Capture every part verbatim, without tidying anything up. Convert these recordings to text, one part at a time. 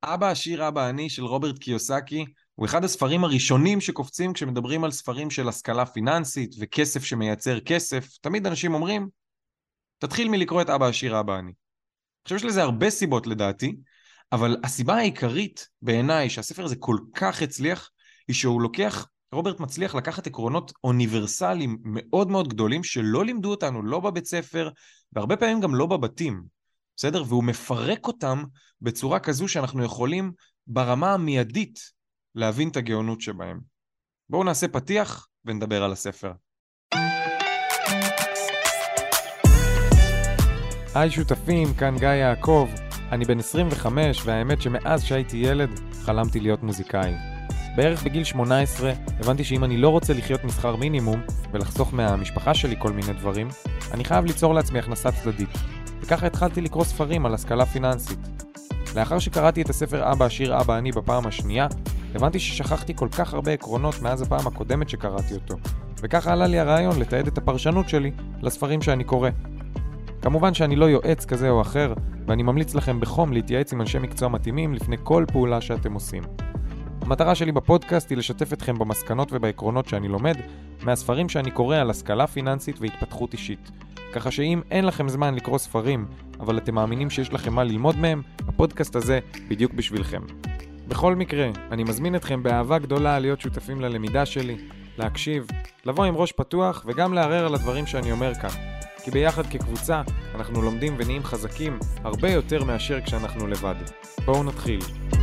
אבא עשיר אבא עני של רוברט קיוסקי הוא אחד הספרים הראשונים שקופצים כשמדברים על ספרים של השכלה פיננסית וכסף שמייצר כסף. תמיד אנשים אומרים, תתחיל מלקרוא את אבא עשיר אבא עני. אני חושב שלזה הרבה סיבות לדעתי, אבל הסיבה העיקרית בעיניי שהספר הזה כל כך הצליח, היא שהוא לוקח, רוברט מצליח לקחת עקרונות אוניברסליים מאוד מאוד גדולים שלא לימדו אותנו, לא בבית ספר, והרבה פעמים גם לא בבתים. בסדר? והוא מפרק אותם בצורה כזו שאנחנו יכולים ברמה המיידית להבין את הגאונות שבהם. בואו נעשה פתיח ונדבר על הספר. היי שותפים, כאן גיא יעקב. אני בן עשרים וחמש, והאמת שמאז שהייתי ילד חלמתי להיות מוזיקאי. בערך בגיל שמונה עשרה הבנתי שאם אני לא רוצה לחיות משכר מינימום ולחסוך מהמשפחה שלי כל מיני דברים, אני חייב ליצור לעצמי הכנסה צדדית. וככה התחלתי לקרוא ספרים על השכלה פיננסית. לאחר שקראתי את הספר אבא עשיר אבא עני בפעם השנייה, הבנתי ששכחתי כל כך הרבה עקרונות מאז הפעם הקודמת שקראתי אותו, וככה עלה לי הרעיון לתעד את הפרשנות שלי לספרים שאני קורא. כמובן שאני לא יועץ כזה או אחר, ואני ממליץ לכם בחום להתייעץ עם אנשי מקצוע מתאימים לפני כל פעולה שאתם עושים. המטרה שלי בפודקאסט היא לשתף אתכם במסקנות ובעקרונות שאני לומד מהספרים שאני קורא על השכלה פיננסית והתפתחות אישית. ככה שאם אין לכם זמן לקרוא ספרים, אבל אתם מאמינים שיש לכם מה ללמוד מהם, הפודקאסט הזה בדיוק בשבילכם. בכל מקרה, אני מזמין אתכם באהבה גדולה להיות שותפים ללמידה שלי, להקשיב, לבוא עם ראש פתוח וגם לערער על הדברים שאני אומר כאן. כי ביחד כקבוצה אנחנו לומדים ונהיים חזקים הרבה יותר מאשר כשאנחנו לבד. בואו נתחיל.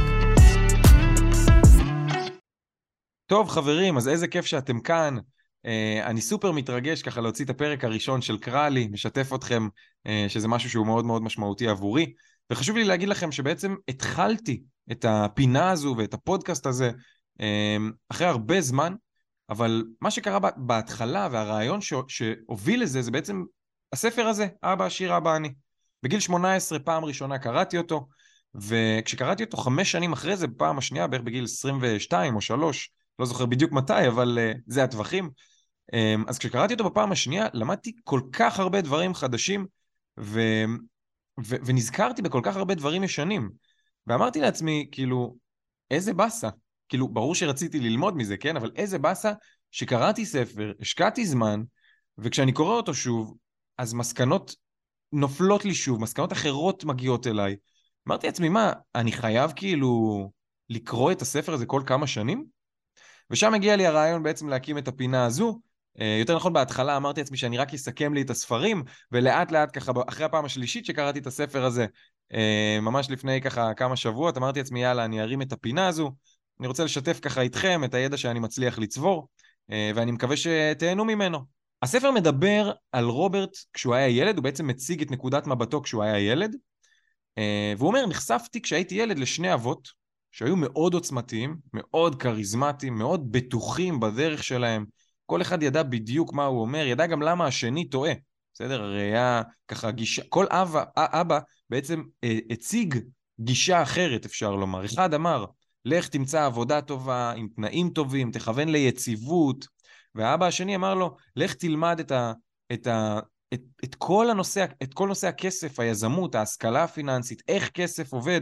טוב חברים, אז איזה כיף שאתם כאן. Uh, אני סופר מתרגש ככה להוציא את הפרק הראשון של קרא לי, משתף אתכם uh, שזה משהו שהוא מאוד מאוד משמעותי עבורי, וחשוב לי להגיד לכם שבעצם התחלתי את הפינה הזו ואת הפודקאסט הזה uh, אחרי הרבה זמן, אבל מה שקרה בהתחלה והרעיון ש... שהוביל לזה זה בעצם הספר הזה, אבא עשיר אבא עני. בגיל שמונה עשרה פעם ראשונה קראתי אותו, וכשקראתי אותו חמש שנים אחרי זה, בפעם השנייה, בערך בגיל עשרים ושתיים או שלוש, לא זוכר בדיוק מתי, אבל uh, זה הטווחים. Um, אז כשקראתי אותו בפעם השנייה, למדתי כל כך הרבה דברים חדשים, ו... ו... ונזכרתי בכל כך הרבה דברים ישנים. ואמרתי לעצמי, כאילו, איזה בסה. כאילו, ברור שרציתי ללמוד מזה, כן? אבל איזה בסה שקראתי ספר, השקעתי זמן, וכשאני קורא אותו שוב, אז מסקנות נופלות לי שוב, מסקנות אחרות מגיעות אליי. אמרתי לעצמי, מה, אני חייב כאילו לקרוא את הספר הזה כל כמה שנים? ושם הגיע לי הרעיון בעצם להקים את הפינה הזו. יותר נכון, בהתחלה אמרתי לעצמי שאני רק אסכם לי את הספרים, ולאט לאט ככה, אחרי הפעם השלישית שקראתי את הספר הזה, ממש לפני ככה כמה שבועות, אמרתי לעצמי, יאללה, אני ארים את הפינה הזו, אני רוצה לשתף ככה איתכם את הידע שאני מצליח לצבור, ואני מקווה שתהנו ממנו. הספר מדבר על רוברט כשהוא היה ילד, הוא בעצם מציג את נקודת מבטו כשהוא היה ילד, והוא אומר, נחשפתי כשהייתי ילד לשני אבות, שהיו מאוד עוצמתיים, מאוד קריזמטיים, מאוד בטוחים בדרך שלהם, כל אחד ידע בדיוק מה הוא אומר, ידע גם למה השני טועה, בסדר? הרי היה ככה גישה, כל אבא, אבא בעצם הציג גישה אחרת, אפשר לומר. אחד אמר, לך תמצא עבודה טובה, עם תנאים טובים, תכוון ליציבות, והאבא השני אמר לו, לך תלמד את, ה, את, ה, את, את, כל הנושא, את כל נושא הכסף, היזמות, ההשכלה הפיננסית, איך כסף עובד.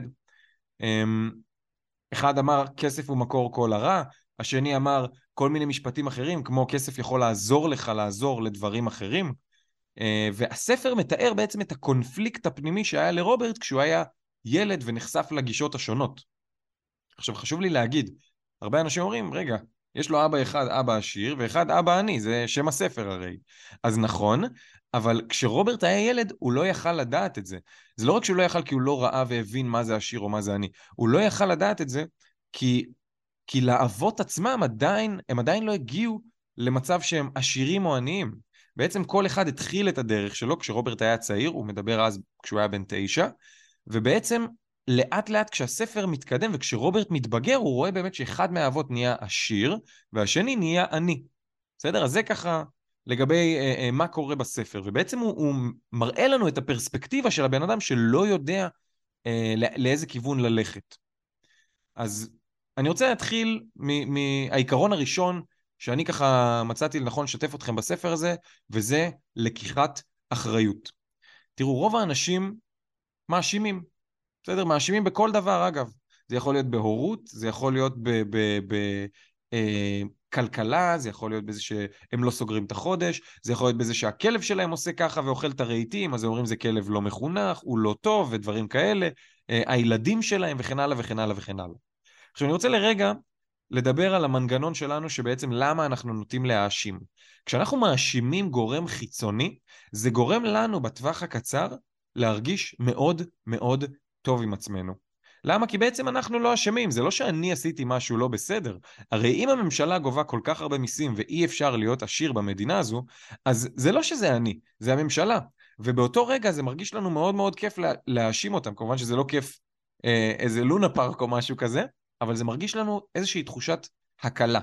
אחד אמר, כסף הוא מקור כל הרע, השני אמר כל מיני משפטים אחרים, כמו כסף יכול לעזור לך לעזור לדברים אחרים, והספר מתאר בעצם את הקונפליקט הפנימי שהיה לרוברט כשהוא היה ילד ונחשף לגישות השונות. עכשיו חשוב לי להגיד, הרבה אנשים אומרים, רגע, יש לו אבא אחד אבא עשיר ואחד אבא עני, זה שם הספר הרי. אז נכון, אבל כשרוברט היה ילד הוא לא יכל לדעת את זה. זה לא רק שהוא לא יכל כי הוא לא ראה והבין מה זה עשיר או מה זה עני, הוא לא יכל לדעת את זה כי, כי לאבות עצמם עדיין, הם עדיין לא הגיעו למצב שהם עשירים או עניים. בעצם כל אחד התחיל את הדרך שלו, כשרוברט היה צעיר, הוא מדבר אז כשהוא היה בן תשע, ובעצם לאט לאט כשהספר מתקדם וכשרוברט מתבגר, הוא רואה באמת שאחד מהאבות נהיה עשיר, והשני נהיה עני. בסדר? אז זה ככה לגבי אה, אה, מה קורה בספר, ובעצם הוא, הוא מראה לנו את הפרספקטיבה של הבן אדם שלא יודע אה, לא, לאיזה כיוון ללכת. אז אני רוצה להתחיל מהעיקרון הראשון, שאני ככה מצאתי לנכון לשתף אתכם בספר הזה, וזה לקיחת אחריות. תראו, רוב האנשים מאשימים, בסדר? מאשימים בכל דבר, אגב. זה יכול להיות בהורות, זה יכול להיות בכלכלה, זה יכול להיות בזה שהם לא סוגרים את החודש, זה יכול להיות בזה שהכלב שלהם עושה ככה ואוכל את הרהיטים, אז הם אומרים זה כלב לא מחונך, הוא לא טוב ודברים כאלה, הילדים שלהם וכן הלאה וכן הלאה וכן הלאה. עכשיו אני רוצה לרגע לדבר על המנגנון שלנו שבעצם למה אנחנו נוטים להאשים. כשאנחנו מאשימים גורם חיצוני, זה גורם לנו בטווח הקצר להרגיש מאוד מאוד טוב עם עצמנו. למה? כי בעצם אנחנו לא אשמים, זה לא שאני עשיתי משהו לא בסדר. הרי אם הממשלה גובה כל כך הרבה מיסים ואי אפשר להיות עשיר במדינה הזו, אז זה לא שזה אני, זה הממשלה. ובאותו רגע זה מרגיש לנו מאוד מאוד כיף להאשים אותם. כמובן שזה לא כיף אה, איזה לונה פארק או משהו כזה, אבל זה מרגיש לנו איזושהי תחושת הקלה.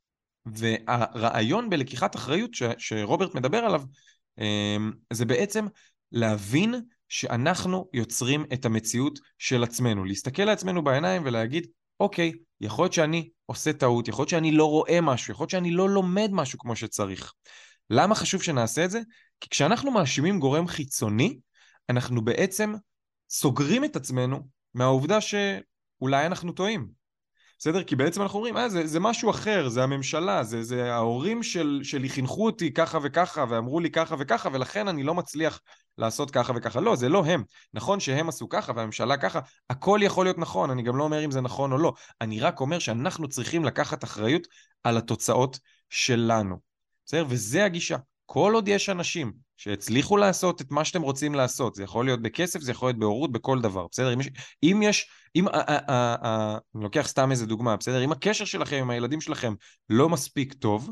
והרעיון בלקיחת אחריות ש, שרוברט מדבר עליו, זה בעצם להבין שאנחנו יוצרים את המציאות של עצמנו, להסתכל לעצמנו בעיניים ולהגיד, אוקיי, יכול להיות שאני עושה טעות, יכול להיות שאני לא רואה משהו, יכול להיות שאני לא לומד משהו כמו שצריך. למה חשוב שנעשה את זה? כי כשאנחנו מאשימים גורם חיצוני, אנחנו בעצם סוגרים את עצמנו מהעובדה שאולי אנחנו טועים. בסדר? כי בעצם אנחנו אומרים, אה, זה, זה משהו אחר, זה הממשלה, זה, זה ההורים של, שלי חינכו אותי ככה וככה, ואמרו לי ככה וככה, ולכן אני לא מצליח לעשות ככה וככה. לא, זה לא הם. נכון שהם עשו ככה, והממשלה ככה, הכל יכול להיות נכון, אני גם לא אומר אם זה נכון או לא. אני רק אומר שאנחנו צריכים לקחת אחריות על התוצאות שלנו. בסדר? וזה הגישה. כל עוד יש אנשים שהצליחו לעשות את מה שאתם רוצים לעשות, זה יכול להיות בכסף, זה יכול להיות בהורות, בכל דבר, בסדר? אם יש, אם יש, אם, א, א, א, א, אני לוקח סתם איזה דוגמה, בסדר? אם הקשר שלכם עם הילדים שלכם לא מספיק טוב,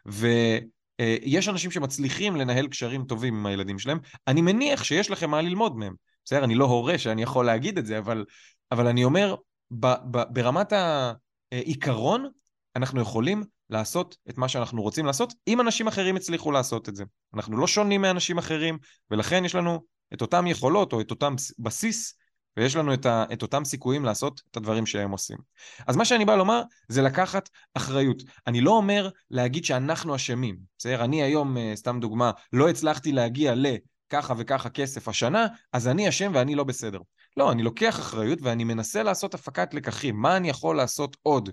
ויש אנשים שמצליחים לנהל קשרים טובים עם הילדים שלהם, אני מניח שיש לכם מה ללמוד מהם, בסדר? אני לא הורה שאני יכול להגיד את זה, אבל, אבל אני אומר, ב, ב, ברמת העיקרון, אנחנו יכולים לעשות את מה שאנחנו רוצים לעשות, אם אנשים אחרים הצליחו לעשות את זה. אנחנו לא שונים מאנשים אחרים, ולכן יש לנו את אותם יכולות או את אותם בסיס, ויש לנו את, ה, את אותם סיכויים לעשות את הדברים שהם עושים. אז מה שאני בא לומר זה לקחת אחריות. אני לא אומר להגיד שאנחנו אשמים. בסדר? אני היום, סתם דוגמה, לא הצלחתי להגיע לככה וככה כסף השנה, אז אני אשם ואני לא בסדר. לא, אני לוקח אחריות ואני מנסה לעשות הפקת לקחים. מה אני יכול לעשות עוד?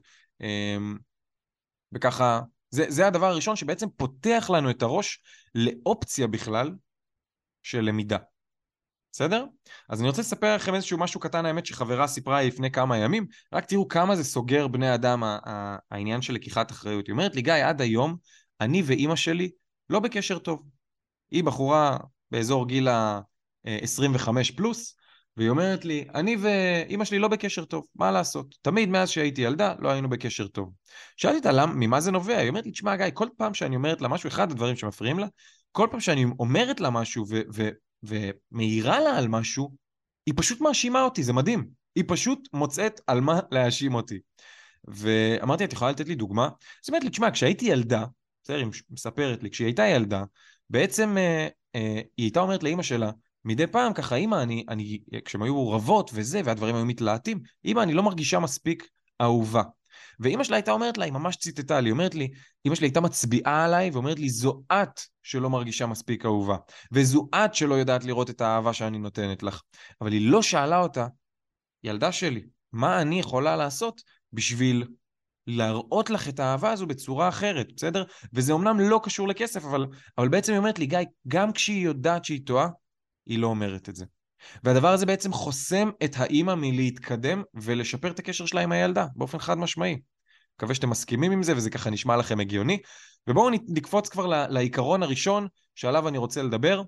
וככה, זה, זה הדבר הראשון שבעצם פותח לנו את הראש לאופציה בכלל של למידה. בסדר? אז אני רוצה לספר לכם איזשהו משהו קטן, האמת שחברה סיפרה לי לפני כמה ימים, רק תראו כמה זה סוגר בני אדם, העניין של לקיחת אחריות. היא אומרת לי, גיא, עד היום, אני ואימא שלי לא בקשר טוב. היא בחורה באזור גיל ה-עשרים וחמש פלוס, והיא אומרת לי, אני ואימא שלי לא בקשר טוב, מה לעשות? תמיד מאז שהייתי ילדה, לא היינו בקשר טוב. שאלתי אותה, למ, ממה זה נובע? היא אומרת לי, תשמע גיא, כל פעם שאני אומרת לה משהו, אחד הדברים שמפריעים לה, כל פעם שאני אומרת לה משהו ו- ו- ומאירה לה על משהו, היא פשוט מאשימה אותי, זה מדהים. היא פשוט מוצאת על מה להאשים אותי. ואמרתי, את יכולה לתת לי דוגמה? זאת אומרת לי, תשמע, כשהייתי ילדה, בסדר, היא מספרת לי, כשהיא הייתה ילדה, בעצם אה, אה, היא הייתה אומרת לאמא שלה, מדי פעם ככה, אמא, אני, אני, כשהם היו רבות וזה, והדברים היו מתלהטים, אמא, אני לא מרגישה מספיק אהובה. ואמא שלה הייתה אומרת לה, היא ממש ציטטה לי, אומרת לי, אמא שלי הייתה מצביעה עליי, ואומרת לי, זו את שלא מרגישה מספיק אהובה, וזו את שלא יודעת לראות את האהבה שאני נותנת לך. אבל היא לא שאלה אותה, ילדה שלי, מה אני יכולה לעשות בשביל להראות לך את האהבה הזו בצורה אחרת, בסדר? וזה אומנם לא קשור לכסף, אבל, אבל בעצם היא אומרת לי, גיא, גם כשהיא יודעת שהיא טועה, היא לא אומרת את זה. והדבר הזה בעצם חוסם את האמא מלהתקדם ולשפר את הקשר שלה עם הילדה, באופן חד משמעי. מקווה שאתם מסכימים עם זה, וזה ככה נשמע לכם הגיוני. ובואו נקפוץ כבר לעיקרון הראשון שעליו אני רוצה לדבר,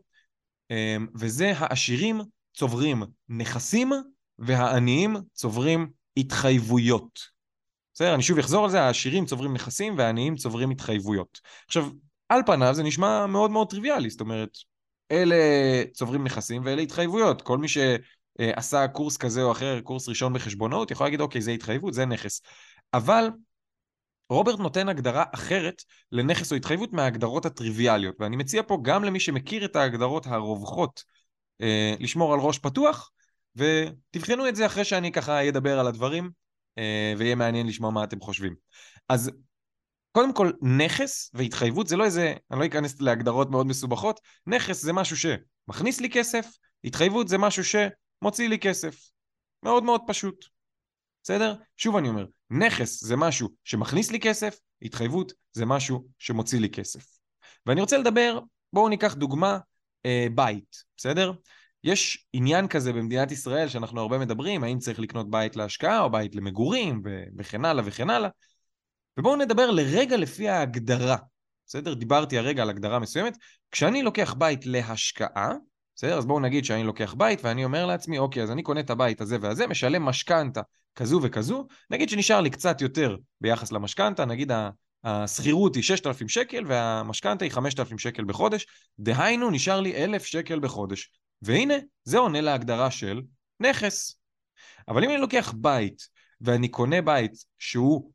וזה העשירים צוברים נכסים, והעניים צוברים התחייבויות. בסדר, אני שוב אחזור על זה, העשירים צוברים נכסים, והעניים צוברים התחייבויות. עכשיו, על פניו זה נשמע מאוד מאוד טריוויאלי, זאת אומרת, אלה צוברים נכסים ואלה התחייבויות. כל מי שעשה קורס כזה או אחר, קורס ראשון בחשבונות, יכול להגיד, אוקיי, זה התחייבות, זה נכס. אבל רוברט נותן הגדרה אחרת לנכס או התחייבות מההגדרות הטריוויאליות, ואני מציע פה גם למי שמכיר את ההגדרות הרווחות, אה, לשמור על ראש פתוח, ותבחנו את זה אחרי שאני ככה אדבר על הדברים, אה, ויהיה מעניין לשמוע מה אתם חושבים. אז קודם כל, נכס והתחייבות זה לא איזה, אני לא אכנס להגדרות מאוד מסובכות, נכס זה משהו שמכניס לי כסף, התחייבות זה משהו שמוציא לי כסף. מאוד מאוד פשוט. בסדר? שוב אני אומר, נכס זה משהו שמכניס לי כסף, התחייבות זה משהו שמוציא לי כסף. ואני רוצה לדבר, בואו ניקח דוגמה, אה, בית, בסדר? יש עניין כזה במדינת ישראל שאנחנו הרבה מדברים, האם צריך לקנות בית להשקעה או בית למגורים וכן הלאה וכן הלאה. ובואו נדבר לרגע לפי ההגדרה, בסדר? דיברתי הרגע על הגדרה מסוימת. כשאני לוקח בית להשקעה, בסדר? אז בואו נגיד שאני לוקח בית ואני אומר לעצמי, אוקיי, אז אני קונה את הבית הזה והזה, משלם משכנתה כזו וכזו, נגיד שנשאר לי קצת יותר ביחס למשכנתה, נגיד הסחירות היא שישת אלפים שקל והמשכנתה היא חמשת אלפים שקל בחודש, דהיינו נשאר לי אלף שקל בחודש. והנה, זה עונה להגדרה של נכס. אבל אם אני לוקח בית ואני קונה בית שהוא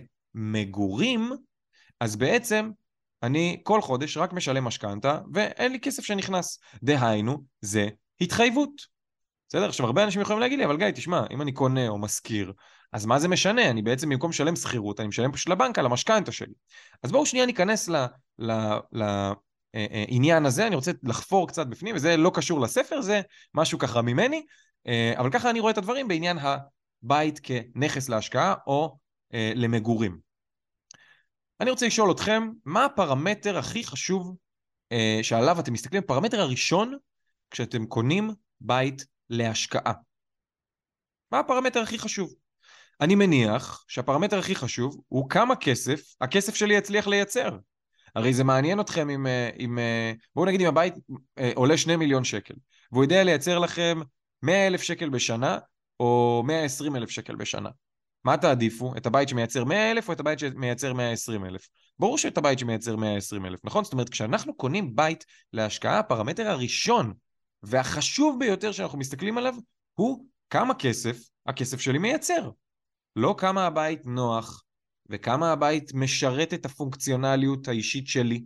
למגורים, אז בעצם אני כל חודש רק משלם משכנתה ואין לי כסף שנכנס. דהיינו, זה התחייבות. בסדר? עכשיו, הרבה אנשים יכולים להגיד לי, אבל גיא, תשמע, אם אני קונה או משכיר, אז מה זה משנה? אני בעצם במקום לשלם שכירות, אני משלם פשוט לבנק על המשכנתה שלי. אז בואו שנייה ניכנס ל... ל... ל... עניין הזה, אני רוצה לחפור קצת בפנים, וזה לא קשור לספר, זה משהו ככה ממני, אבל ככה אני רואה את הדברים בעניין הבית כנכס להשקעה או למגורים. אני רוצה לשאול אתכם, מה הפרמטר הכי חשוב שעליו אתם מסתכלים, הפרמטר הראשון כשאתם קונים בית להשקעה? מה הפרמטר הכי חשוב? אני מניח שהפרמטר הכי חשוב הוא כמה כסף הכסף שלי יצליח לייצר. הרי זה מעניין אתכם אם, אם בואו נגיד אם הבית עולה שני מיליון שקל, והוא יודע לייצר לכם מאה אלף שקל בשנה, או מאה ועשרים אלף שקל בשנה. מה תעדיפו? את הבית שמייצר מאה אלף או את הבית שמייצר מאה ועשרים אלף? ברור שאת הבית שמייצר מאה ועשרים אלף, נכון? זאת אומרת, כשאנחנו קונים בית להשקעה, הפרמטר הראשון והחשוב ביותר שאנחנו מסתכלים עליו, הוא כמה כסף הכסף שלי מייצר. לא כמה הבית נוח, וכמה הבית משרת את הפונקציונליות האישית שלי,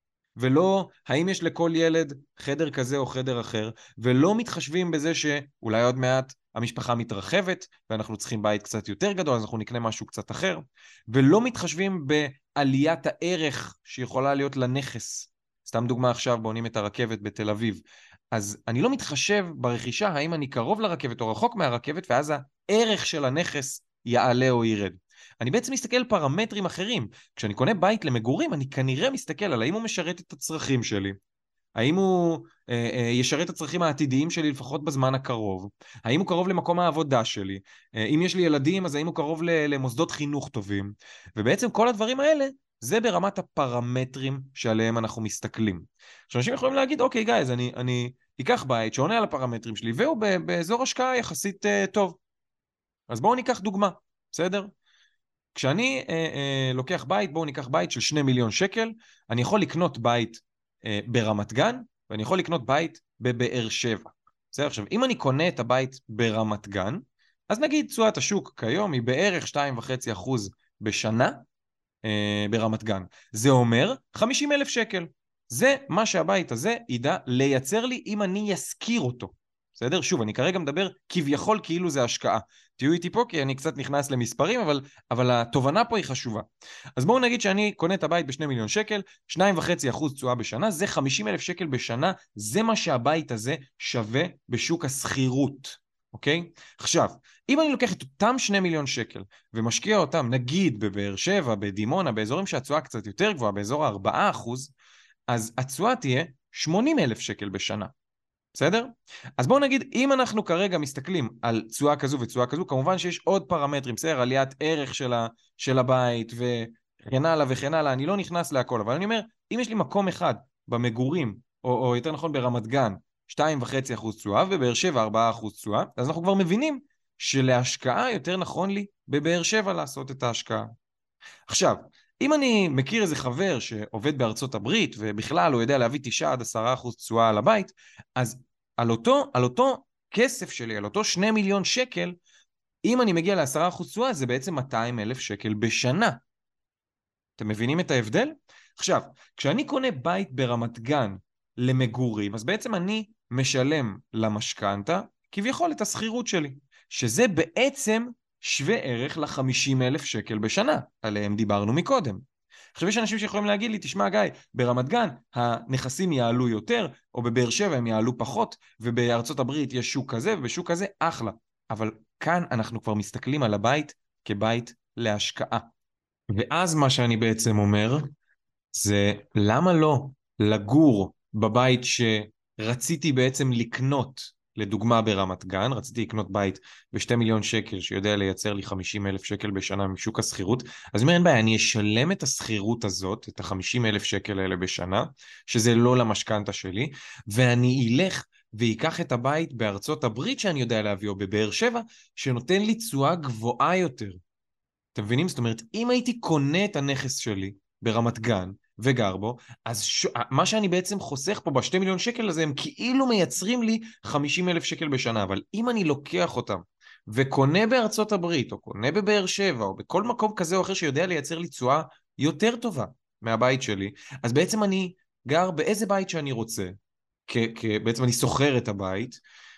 ולא האם יש לכל ילד חדר כזה או חדר אחר, ולא מתחשבים בזה שאולי עוד מעט המשפחה מתרחבת, ואנחנו צריכים בית קצת יותר גדול, אז אנחנו נקנה משהו קצת אחר, ולא מתחשבים בעליית הערך שיכולה להיות לנכס. סתם דוגמה, עכשיו בונים את הרכבת בתל אביב, אז אני לא מתחשב ברכישה האם אני קרוב לרכבת או רחוק מהרכבת, ואז הערך של הנכס יעלה או ירד. אני בעצם מסתכל על פרמטרים אחרים. כשאני קונה בית למגורים, אני כנראה מסתכל על האם הוא משרת את הצרכים שלי, האם הוא אה, אה, ישרת את הצרכים העתידיים שלי לפחות בזמן הקרוב, האם הוא קרוב למקום העבודה שלי, אה, אם יש לי ילדים אז האם הוא קרוב למוסדות חינוך טובים, ובעצם כל הדברים האלה זה ברמת הפרמטרים שעליהם אנחנו מסתכלים. עכשיו אנשים יכולים להגיד, אוקיי גיא, אז אני, אני אקח בית שעונה על הפרמטרים שלי, והוא באזור השקעה יחסית אה, טוב. אז בואו ניקח דוגמה, בסדר? כשאני אה, אה, לוקח בית, בואו ניקח בית של שני מיליון שקל, אני יכול לקנות בית אה, ברמת גן, ואני יכול לקנות בית בבאר שבע. בסדר? עכשיו, אם אני קונה את הבית ברמת גן, אז נגיד תשואת השוק כיום היא בערך שתיים נקודה חמש אחוז בשנה אה, ברמת גן. זה אומר חמישים אלף שקל. זה מה שהבית הזה ידע לייצר לי אם אני אשכיר אותו. בסדר? שוב, אני כרגע מדבר כביכול כאילו זה השקעה. תהיו איתי פה כי אני קצת נכנס למספרים, אבל, אבל התובנה פה היא חשובה. אז בואו נגיד שאני קונה את הבית בשני מיליון שקל, שניים וחצי אחוז תשואה בשנה, זה חמישים אלף שקל בשנה, זה מה שהבית הזה שווה בשוק הסחירות. אוקיי? עכשיו, אם אני לוקח את אותם שני מיליון שקל ומשקיע אותם, נגיד בבאר שבע, בדימונה, באזורים שהתשואה קצת יותר גבוהה, באזור ה-ארבעה אחוז, אז התשואה תהיה שמונים אלף שקל בשנה. בסדר? אז בואו נגיד, אם אנחנו כרגע מסתכלים על תשואה כזו ותשואה כזו, כמובן שיש עוד פרמטרים, בסדר? עליית ערך של, ה, של הבית וכן הלאה וכן הלאה, אני לא נכנס להכל, אבל אני אומר, אם יש לי מקום אחד במגורים, או, או יותר נכון ברמת גן, שתיים וחצי אחוז תשואה, ובאר שבע ארבעה אחוז תשואה, אז אנחנו כבר מבינים שלהשקעה יותר נכון לי בבאר שבע לעשות את ההשקעה. עכשיו, אם אני מכיר איזה חבר שעובד בארצות הברית, ובכלל הוא יודע להביא תשעה עד עשרה אחוז תשואה על הבית, אז על אותו, על אותו כסף שלי, על אותו שני מיליון שקל, אם אני מגיע ל-עשרה אחוז תשואה, זה בעצם מאתיים אלף שקל בשנה. אתם מבינים את ההבדל? עכשיו, כשאני קונה בית ברמת גן למגורים, אז בעצם אני משלם למשכנתה, כביכול את הסחירות שלי, שזה בעצם שווה ערך ל-חמישים אלף שקל בשנה, עליהם דיברנו מקודם. עכשיו יש אנשים שיכולים להגיד לי, תשמע גיא, ברמת גן הנכסים יעלו יותר, או בבאר שבע הם יעלו פחות, ובארצות הברית יש שוק כזה, ובשוק כזה אחלה. אבל כאן אנחנו כבר מסתכלים על הבית כבית להשקעה. ואז מה שאני בעצם אומר, זה למה לא לגור בבית שרציתי בעצם לקנות, לדוגמה ברמת גן, רציתי לקנות בית בשתי מיליון שקל, שיודע לייצר לי חמישים אלף שקל בשנה משוק הסחירות, אז אומר, אין בעיה, אני אשלם את הסחירות הזאת, את ה-חמישים אלף שקל האלה בשנה, שזה לא למשכנתה שלי, ואני אלך ויקח את הבית בארצות הברית שאני יודע להביא, או בבאר שבע, שנותן לי תשואה גבוהה יותר. אתם מבינים? זאת אומרת, אם הייתי קונה את הנכס שלי ברמת גן וגר בו, אז ש... מה שאני בעצם חוסך פה בשתי מיליון שקל הזה, הם כאילו מייצרים לי חמישים אלף שקל בשנה, אבל אם אני לוקח אותם וקונה בארצות הברית, או קונה בבאר שבע, או בכל מקום כזה או אחר שיודע לייצר לי תשואה יותר טובה מהבית שלי, אז בעצם אני גר באיזה בית שאני רוצה, כ... כ... בעצם אני סוחר את הבית,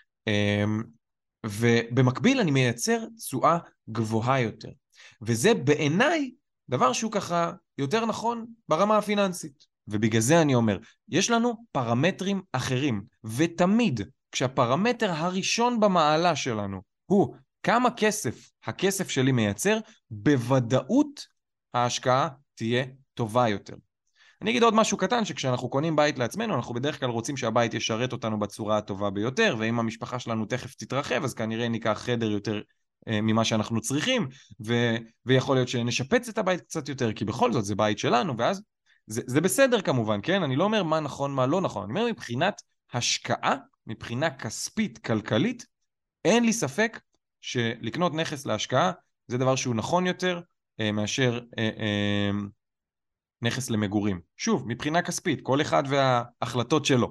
ובמקביל אני מייצר תשואה גבוהה יותר. וזה בעיניי דבר שהוא ככה יותר נכון ברמה הפיננסית. ובגלל זה אני אומר, יש לנו פרמטרים אחרים, ותמיד כשהפרמטר הראשון במעלה שלנו הוא כמה כסף הכסף שלי מייצר, בוודאות ההשקעה תהיה טובה יותר. אני אגיד עוד משהו קטן, שכשאנחנו קונים בית לעצמנו, אנחנו בדרך כלל רוצים שהבית ישרת אותנו בצורה הטובה ביותר, ואם המשפחה שלנו תכף תתרחב, אז כנראה ניקח חדר יותר אה, ממה שאנחנו צריכים, ו- ויכול להיות שנשפץ את הבית קצת יותר, כי בכל זאת זה בית שלנו, ואז זה, זה בסדר כמובן, כן? אני לא אומר מה נכון, מה לא נכון, אני אומר מבחינת השקעה, מבחינה כספית, כלכלית, אין לי ספק שלקנות נכס להשקעה, זה דבר שהוא נכון יותר, אה, מאשר... אה, אה, נכס למגורים. שוב, מבחינה כספית, כל אחד וההחלטות שלו.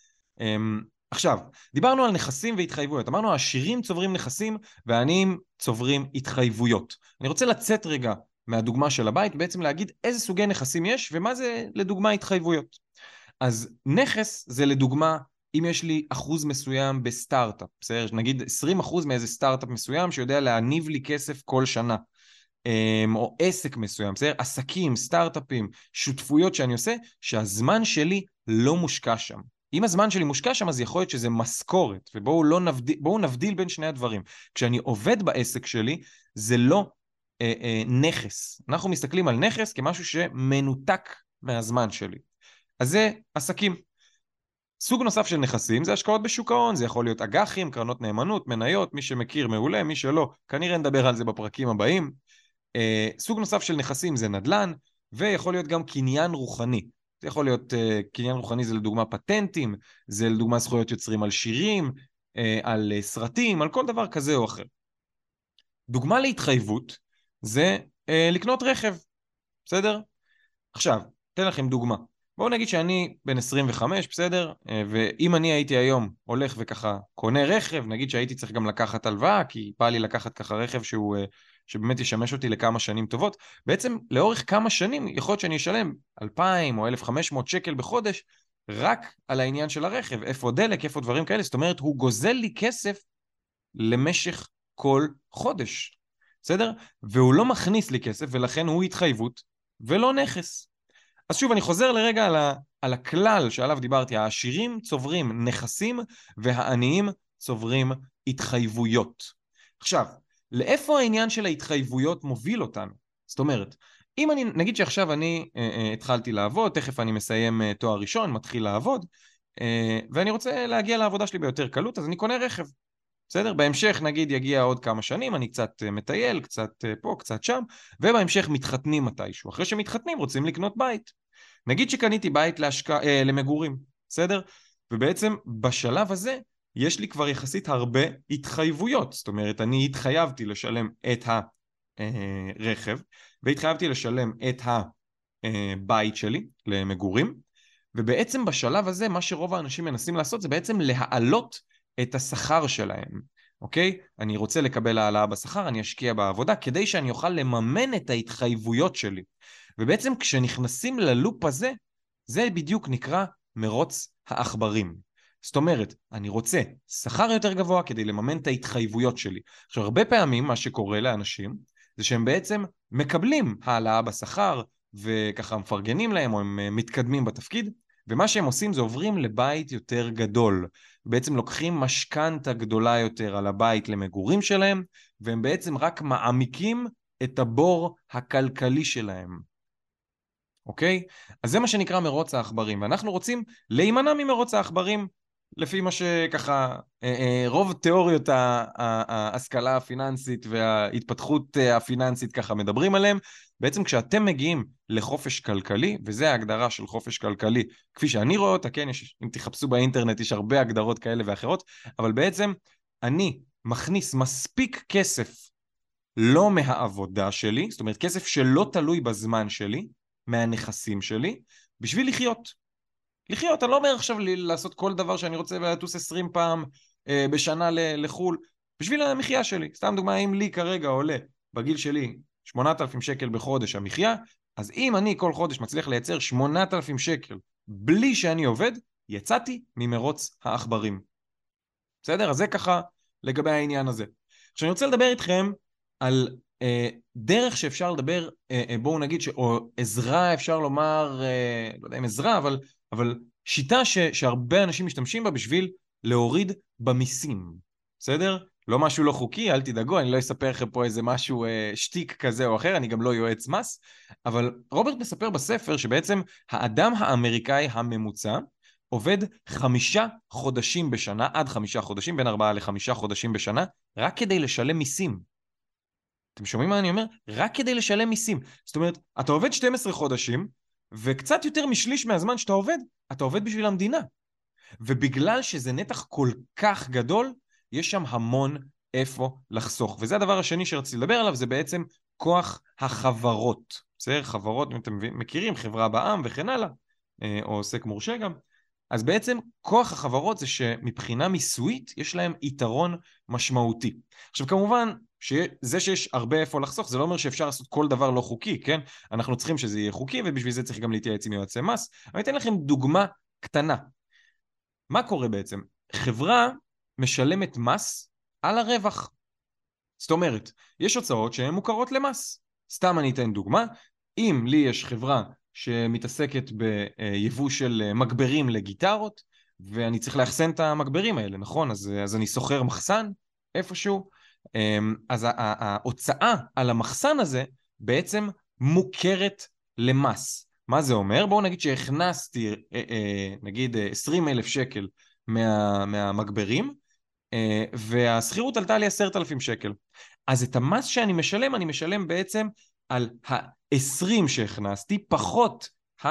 עכשיו, דיברנו על נכסים והתחייבויות. אמרנו, העשירים צוברים נכסים והעניים צוברים התחייבויות. אני רוצה לצאת רגע מהדוגמה של הבית, בעצם להגיד איזה סוגי נכסים יש ומה זה לדוגמה התחייבויות. אז נכס זה לדוגמה, אם יש לי אחוז מסוים בסטארט-אפ, בסדר? נגיד עשרים אחוז מאיזה סטארט-אפ מסוים שיודע להניב לי כסף כל שנה. או עסק מסוים, בסדר? עסקים, סטארט-אפים, שותפויות שאני עושה, שהזמן שלי לא מושקע שם. אם הזמן שלי מושקע שם, אז יכול להיות שזה משכורת, ובואו לא נבדיל, בואו נבדיל בין שני הדברים. כשאני עובד בעסק שלי, זה לא אה, אה, נכס. אנחנו מסתכלים על נכס כמשהו שמנותק מהזמן שלי. אז זה עסקים. סוג נוסף של נכסים זה השקעות בשוק ההון, זה יכול להיות אג"חים, קרנות נאמנות, מניות, מי שמכיר מעולה, מי שלא, כנראה נדבר על זה בפרקים הבאים. Uh, סוג נוסף של נכסים זה נדל"ן, ויכול להיות גם קניין רוחני. זה יכול להיות, uh, קניין רוחני זה לדוגמה פטנטים, זה לדוגמה זכויות יוצרים על שירים, uh, על uh, סרטים, על כל דבר כזה או אחר. דוגמה להתחייבות זה uh, לקנות רכב, בסדר? עכשיו, אתן לכם דוגמה. בואו נגיד שאני בן עשרים וחמש, בסדר? Uh, ואם אני הייתי היום הולך וככה קונה רכב, נגיד שהייתי צריך גם לקחת הלוואה, כי בא לי לקחת ככה רכב שהוא... Uh, שבאמת ישמש אותי לכמה שנים טובות, בעצם לאורך כמה שנים יכול להיות שאני אשלם אלפיים או אלף וחמש מאות שקל בחודש, רק על העניין של הרכב, איפה דלק, איפה דברים כאלה, זאת אומרת, הוא גוזל לי כסף למשך כל חודש, בסדר? והוא לא מכניס לי כסף, ולכן הוא התחייבות, ולא נכס. אז שוב, אני חוזר לרגע על, ה, על הכלל שעליו דיברתי, העשירים צוברים נכסים, והעניים צוברים התחייבויות. עכשיו, לאיפה העניין של ההתחייבויות מוביל אותנו? זאת אומרת, אם אני, נגיד שעכשיו אני אה, אה, התחלתי לעבוד, תכף אני מסיים אה, תואר ראשון, מתחיל לעבוד, אה, ואני רוצה להגיע לעבודה שלי ביותר קלות, אז אני קונה רכב. בסדר? בהמשך נגיד יגיע עוד כמה שנים, אני קצת אה, מטייל, קצת אה, פה, קצת שם, ובהמשך מתחתנים מתישהו. אחרי שמתחתנים רוצים לקנות בית. נגיד שקניתי בית להשקע, אה, למגורים, בסדר? ובעצם בשלב הזה, יש לי כבר יחסית הרבה התחייבויות, זאת אומרת, אני התחייבתי לשלם את הרכב, והתחייבתי לשלם את הבית שלי למגורים, ובעצם בשלב הזה, מה שרוב האנשים מנסים לעשות, זה בעצם להעלות את השכר שלהם, אוקיי? אני רוצה לקבל העלאה בשכר, אני אשקיע בעבודה, כדי שאני אוכל לממן את ההתחייבויות שלי. ובעצם כשנכנסים ללופ הזה, זה בדיוק נקרא מרוץ העכברים. זאת אומרת, אני רוצה שכר יותר גבוה כדי לממן את ההתחייבויות שלי. עכשיו, הרבה פעמים מה שקורה לאנשים, זה שהם בעצם מקבלים העלאה בשכר, וככה מפרגנים להם, או הם מתקדמים בתפקיד, ומה שהם עושים זה עוברים לבית יותר גדול. בעצם לוקחים משכנתה גדולה יותר על הבית למגורים שלהם, והם בעצם רק מעמיקים את הבור הכלכלי שלהם. אוקיי? אז זה מה שנקרא מרוץ העכברים, ואנחנו רוצים להימנע ממרוץ העכברים, לפי מה שככה, רוב תיאוריות ההשכלה הפיננסית וההתפתחות הפיננסית ככה מדברים עליהם. בעצם כשאתם מגיעים לחופש כלכלי, וזה ההגדרה של חופש כלכלי, כפי שאני רואה אותה, כן, יש, אם תחפשו באינטרנט יש הרבה הגדרות כאלה ואחרות, אבל בעצם אני מכניס מספיק כסף לא מהעבודה שלי, זאת אומרת כסף שלא תלוי בזמן שלי, מהנכסים שלי, בשביל לחיות. לחיות, אני לא אומר עכשיו לעשות כל דבר שאני רוצה ולטוס עשרים פעם אה, בשנה לחול, בשביל המחיה שלי. סתם דוגמה, אם לי כרגע עולה בגיל שלי שמונת אלפים שקל בחודש המחיה, אז אם אני כל חודש מצליח לייצר שמונת אלפים שקל בלי שאני עובד, יצאתי ממרוץ העכברים. בסדר? אז זה ככה לגבי העניין הזה. עכשיו אני רוצה לדבר איתכם על אה, דרך שאפשר לדבר, אה, אה, בואו נגיד, ש, או עזרה אפשר לומר, אה, לא יודע אם עזרה, אבל, אבל שיטה ש, שהרבה אנשים משתמשים בה בשביל להוריד במיסים. בסדר? לא משהו לא חוקי, אל תדאגו, אני לא אספר לכם פה איזה משהו אה, שטיק כזה או אחר, אני גם לא יועץ מס, אבל רוברט מספר בספר שבעצם האדם האמריקאי הממוצע, עובד חמישה חודשים בשנה, עד חמישה חודשים, בין ארבעה לחמישה חודשים בשנה, רק כדי לשלם מיסים. אתם שומעים מה אני אומר? רק כדי לשלם מיסים. זאת אומרת, אתה עובד שנים עשר חודשים, וקצת יותר משליש מהזמן שאתה עובד, אתה עובד בשביל המדינה. ובגלל שזה נתח כל כך גדול, יש שם המון איפה לחסוך. וזה הדבר השני שרציתי לדבר עליו, זה בעצם כוח החברות. בסדר? חברות, אם אתם מכירים, חברה בע"מ וכן הלאה, או עוסק מורשה גם. אז בעצם כוח החברות זה שמבחינה מיסויית יש להם יתרון משמעותי. עכשיו כמובן שזה שיש הרבה איפה לחסוך זה לא אומר שאפשר לעשות כל דבר לא חוקי, כן? אנחנו צריכים שזה יהיה חוקי ובשביל זה צריך גם להתייעץ עם יועצי מס. אני אתן לכם דוגמה קטנה. מה קורה בעצם? חברה משלמת מס על הרווח. זאת אומרת, יש הוצאות שהן מוכרות למס. סתם אני אתן דוגמה. אם לי יש חברה שמתעסקת ביבוא של מגברים לגיטרות, ואני צריך לאחסן את המגברים האלה, נכון? אז, אז אני סוחר מחסן איפשהו, אז ההוצאה על המחסן הזה בעצם מוכרת למס. מה זה אומר? בואו נגיד שהכנסתי נגיד עשרים אלף שקל מה, מהמגברים, והסחירות עלתה לי עשרת אלפים שקל. אז את המס שאני משלם, אני משלם בעצם על ה-עשרים שהכנסתי, פחות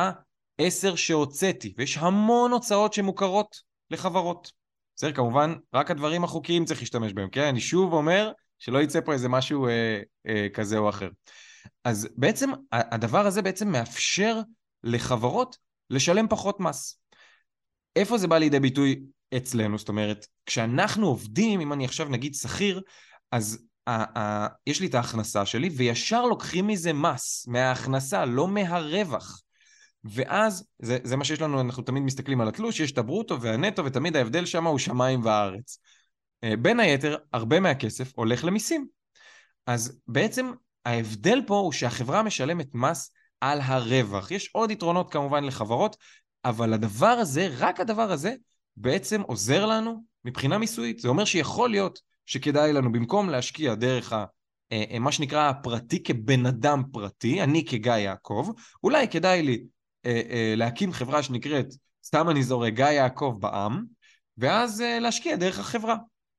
ה-עשר שהוצאתי, ויש המון הוצאות שמוכרות לחברות. בסדר, כמובן, רק הדברים החוקיים צריך להשתמש בהם, כן? אני שוב אומר שלא יצא פה איזה משהו אה, אה, כזה או אחר. אז בעצם, הדבר הזה בעצם מאפשר לחברות לשלם פחות מס. איפה זה בא לידי ביטוי אצלנו? זאת אומרת, כשאנחנו עובדים, אם אני עכשיו נגיד שכיר, אז ה- ה- יש לי את ההכנסה שלי, וישר לוקחים מזה מס, מההכנסה, לא מהרווח. ואז, זה, זה מה שיש לנו, אנחנו תמיד מסתכלים על התלוש, יש את הברוטו והנטו, ותמיד ההבדל שם הוא שמיים וארץ. בין היתר, הרבה מהכסף הולך למיסים. אז בעצם ההבדל פה הוא שהחברה משלמת מס על הרווח. יש עוד יתרונות כמובן לחברות, אבל הדבר הזה, רק הדבר הזה, בעצם עוזר לנו מבחינה מיסויית. זה אומר שיכול להיות שכדאי לנו, במקום להשקיע דרך ה, מה שנקרא הפרטי כבן אדם פרטי, אני כגיא יעקב, אולי כדאי לי להקים חברה שנקראת, סתם אני זורק, גיא יעקב בע"מ, ואז להשקיע דרך החברה.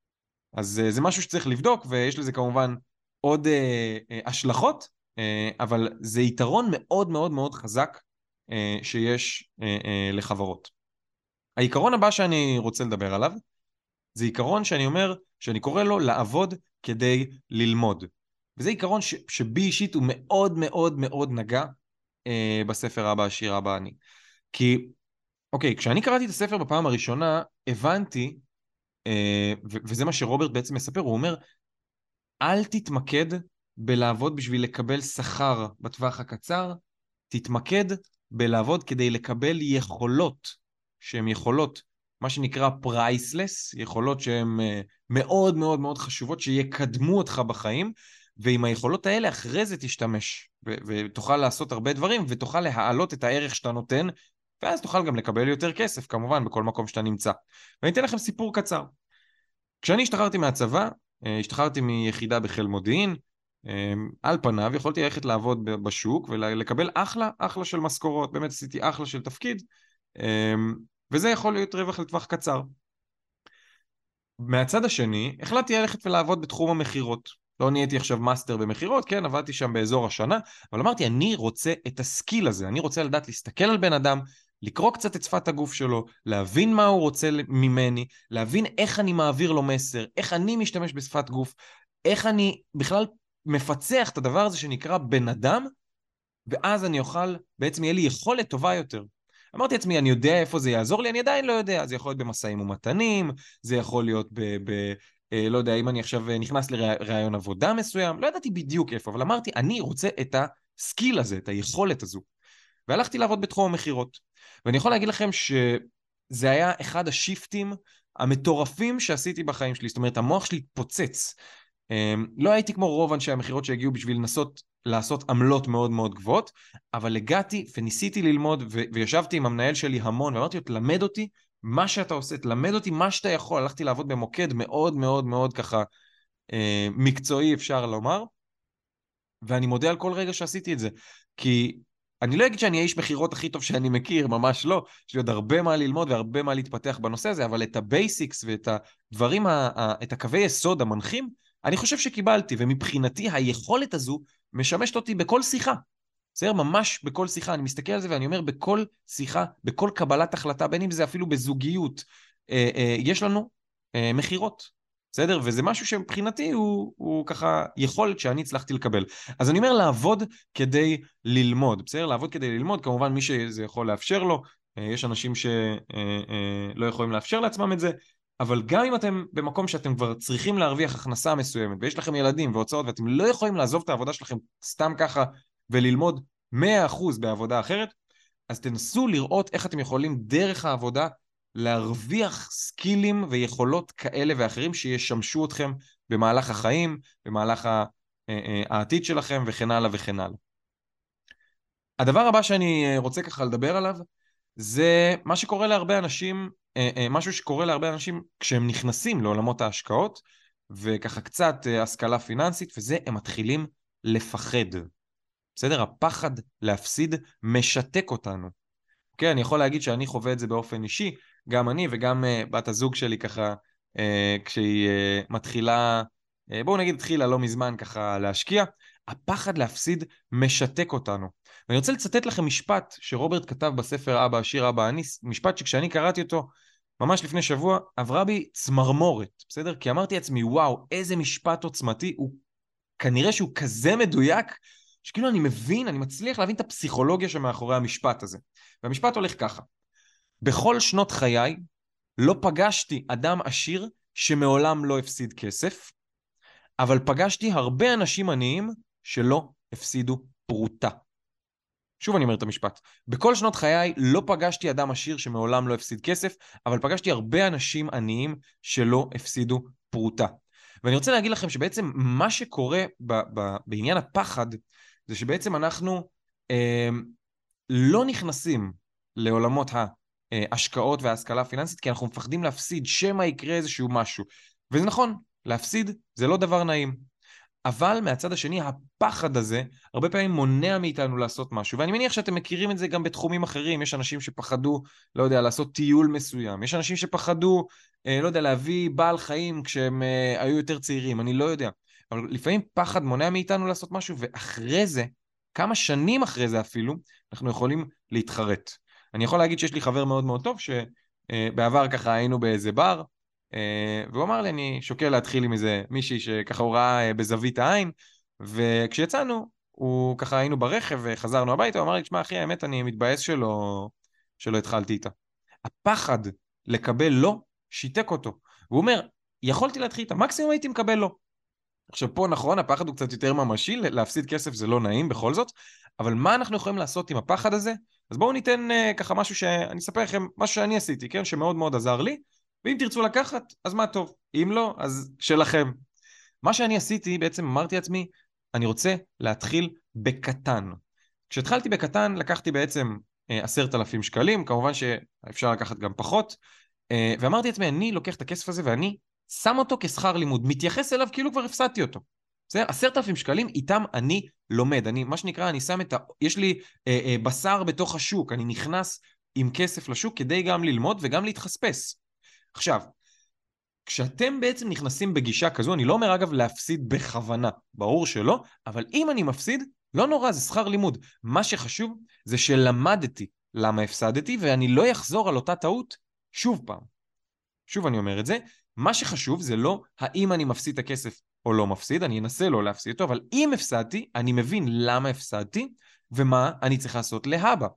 אז זה משהו שצריך לבדוק, ויש לזה כמובן עוד השלכות, אבל זה יתרון מאוד מאוד מאוד חזק שיש לחברות. העיקרון הבא שאני רוצה לדבר עליו, זה עיקרון שאני אומר, שאני קורא לו לעבוד כדי ללמוד. וזה עיקרון ש, שבי אישית הוא מאוד מאוד מאוד נגע אה, בספר הבא, השיר הבא אני. כי, אוקיי, כשאני קראתי את הספר בפעם הראשונה, הבנתי, אה, ו- וזה מה שרוברט בעצם מספר, הוא אומר, אל תתמקד בלעבוד בשביל לקבל שכר בטווח הקצר, תתמקד בלעבוד כדי לקבל יכולות, שהן יכולות, מה שנקרא פרייסלס, יכולות שהן מאוד מאוד מאוד חשובות, שיקדמו אותך בחיים, ועם היכולות האלה אחרי זה תשתמש, ו- ותוכל לעשות הרבה דברים, ותוכל להעלות את הערך שאתה נותן ואז תוכל גם לקבל יותר כסף, כמובן, בכל מקום שאתה נמצא. ואני אתן לכם סיפור קצר. כשאני השתחררתי מהצבא, השתחררתי מיחידה בחיל מודיעין, על פניו יכולתי ללכת לעבוד בשוק ולקבל אחלה, אחלה של משכורות, באמת עשיתי אחלה של תפקיד, וזה יכול להיות רווח לטווח קצר. מהצד השני, החלטתי ללכת ולעבוד בתחום המחירות. לא נהייתי עכשיו מאסטר במחירות, כן, עבדתי שם באזור השנה, אבל אמרתי, אני רוצה את הסקיל הזה, אני רוצה לדעת להסתכל על בן אדם, לקרוא קצת את שפת הגוף שלו, להבין מה הוא רוצה ממני, להבין איך אני מעביר לו מסר, איך אני משתמש בשפת גוף, איך אני בכלל מפצח את הדבר הזה שנקרא בן אדם, ואז אני אוכל, בעצם יהיה לי יכולת טובה יותר. אמרתי לעצמי, אני יודע איפה זה יעזור לי, אני עדיין לא יודע. זה יכול להיות במסעים ומתנים, זה יכול להיות ב... ב אה, לא יודע, אם אני עכשיו נכנס לרעיון עבודה מסוים, לא ידעתי בדיוק איפה, אבל אמרתי, אני רוצה את הסקיל הזה, את היכולת הזו. והלכתי לעבוד בתחום המחירות. ואני יכול להגיד לכם שזה היה אחד השיפטים המטורפים שעשיתי בחיים שלי. זאת אומרת, המוח שלי התפוצץ. לא הייתי כמו רוב אנשי המחירות שהגיעו בשביל לנסות לעשות עמלות מאוד מאוד גבוהות, אבל הגעתי וניסיתי ללמוד ו- וישבתי עם המנהל שלי המון, ואמרתי לו, תלמד אותי מה שאתה עושה, תלמד אותי מה שאתה יכול. הלכתי לעבוד במוקד מאוד מאוד מאוד ככה אה, מקצועי, אפשר לומר, ואני מודה על כל רגע שעשיתי את זה, כי אני לא אגיד שאני האיש מחירות הכי טוב שאני מכיר, ממש לא, יש לי עוד הרבה מה ללמוד והרבה מה להתפתח בנושא הזה, אבל את הבייסיקס ואת הדברים, ה- ה- את הקווי יסוד המנחים, אני חושב שקיבלתי, ומבחינתי היכולת הזו משמשת אותי בכל שיחה. בסדר? ממש בכל שיחה. אני מסתכל על זה ואני אומר, בכל שיחה, בכל קבלת החלטה, בין אם זה אפילו בזוגיות, אה, אה, יש לנו אה, מחירות. בסדר? וזה משהו שמבחינתי הוא, הוא ככה יכולת שאני הצלחתי לקבל. אז אני אומר לעבוד כדי ללמוד. בסדר? לעבוד כדי ללמוד, כמובן מי שזה יכול לאפשר לו, אה, יש אנשים שלא אה, אה, יכולים לאפשר לעצמם את זה, אבל גם אם אתם במקום שאתם כבר צריכים להרוויח הכנסה מסוימת, ויש לכם ילדים והוצאות, ואתם לא יכולים לעזוב את העבודה שלכם סתם ככה, וללמוד מאה אחוז בעבודה אחרת, אז תנסו לראות איך אתם יכולים דרך העבודה, להרוויח סקילים ויכולות כאלה ואחרים, שישמשו אתכם במהלך החיים, במהלך העתיד שלכם, וכן הלאה וכן הלאה. הדבר הבא שאני רוצה ככה לדבר עליו, זה מה שקורה להרבה אנשים, משהו שקורה להרבה אנשים כשהם נכנסים לעולמות ההשקעות, וככה קצת השכלה פיננסית, וזה הם מתחילים לפחד. בסדר? הפחד להפסיד משתק אותנו. אוקיי, אני יכול להגיד שאני חווה את זה באופן אישי, גם אני וגם uh, בת הזוג שלי ככה, uh, כשהיא uh, מתחילה, uh, בואו נגיד התחילה לא מזמן ככה להשקיע, הפחד להפסיד משתק אותנו. ואני רוצה לצטט לכם משפט שרוברט כתב בספר אבא עשיר אבא עני, משפט שכשאני קראתי אותו ממש לפני שבוע, עברה בי צמרמורת, בסדר? כי אמרתי לעצמי, וואו, איזה משפט עוצמתי, הוא כנראה שהוא כזה מדויק, שכאילו אני מבין, אני מצליח להבין את הפסיכולוגיה שמאחורי המשפט הזה. והמשפט הולך ככה: בכל שנות חיי לא פגשתי אדם עשיר שמעולם לא הפסיד כסף, אבל פגשתי הרבה אנשים עניים שלא הפסידו פרוטה. שוב אני אומר את המשפט. בכל שנות חיי לא פגשתי אדם עשיר שמעולם לא הפסיד כסף, אבל פגשתי הרבה אנשים עניים שלא הפסידו פרוטה. ואני רוצה להגיד לכם שבעצם מה שקורה ב- ב- בעניין הפחד, זה שבעצם אנחנו אה, לא נכנסים לעולמות ההשקעות וההשכלה הפיננסית, כי אנחנו מפחדים להפסיד, שמה יקרה איזשהו משהו. וזה נכון, להפסיד זה לא דבר נעים. אבל מהצד השני, הפחד הזה הרבה פעמים מונע מאיתנו לעשות משהו, ואני מניח שאתם מכירים את זה גם בתחומים אחרים. יש אנשים שפחדו, לא יודע, לעשות טיול מסוים, יש אנשים שפחדו, אה, לא יודע, להביא בעל חיים כשהם אה, היו יותר צעירים, אני לא יודע. אבל לפעמים פחד מונע מאיתנו לעשות משהו, ואחרי זה, כמה שנים אחרי זה אפילו, אנחנו יכולים להתחרט. אני יכול להגיד שיש לי חבר מאוד מאוד טוב, שבעבר ככה היינו באיזה בר, והוא אמר לי, אני שוקל להתחיל עם איזה מישהי שככה הוא ראה בזווית העין, וכשיצאנו, הוא ככה היינו ברכב וחזרנו הביתה, הוא אמר לי, תשמע אחי, האמת אני מתבאס שלא, שלא התחלתי איתה. הפחד לקבל לא, שיתק אותו. והוא אומר, יכולתי להתחיל איתה, מקסימום הייתי מקבל לא. עכשיו פה נכון, הפחד הוא קצת יותר ממשי, להפסיד כסף זה לא נעים בכל זאת, אבל מה אנחנו יכולים לעשות עם הפחד הזה? אז בואו ניתן uh, ככה משהו שאני אספר לכם, משהו שאני עשיתי, כן? שמאוד מאוד עזר לי, ואם תרצו לקחת, אז מה טוב, אם לא, אז שלכם. מה שאני עשיתי, בעצם אמרתי לעצמי, אני רוצה להתחיל בקטן. כשהתחלתי בקטן, לקחתי בעצם עשרת אלפים שקלים, כמובן שאפשר לקחת גם פחות, ואמרתי לעצמי, אני לוקח את הכסף הזה ואני שם אותו כשכר לימוד, מתייחס אליו כאילו כבר הפסדתי אותו. בסדר? עשרת אלפים שקלים, איתם אני לומד, אני, מה שנקרא, אני שם את ה... יש לי אה, אה, בשר בתוך השוק, אני נכנס עם כסף לשוק כדי גם ללמוד וגם להתחספס. עכשיו, כשאתם בעצם נכנסים בגישה כזו, אני לא אומר אגב להפסיד בכוונה, ברור שלא, אבל אם אני מפסיד, לא נורא, זה שכר לימוד. מה שחשוב זה שלמדתי למה הפסדתי, ואני לא אחזור על אותה טעות שוב פעם. שוב אני אומר את זה, מה שחשוב זה לא האם אני מפסיד את הכסף או לא מפסיד, אני אנסה לא להפסיד אותו, אבל אם הפסדתי, אני מבין למה הפסדתי, ומה אני צריך לעשות להבא.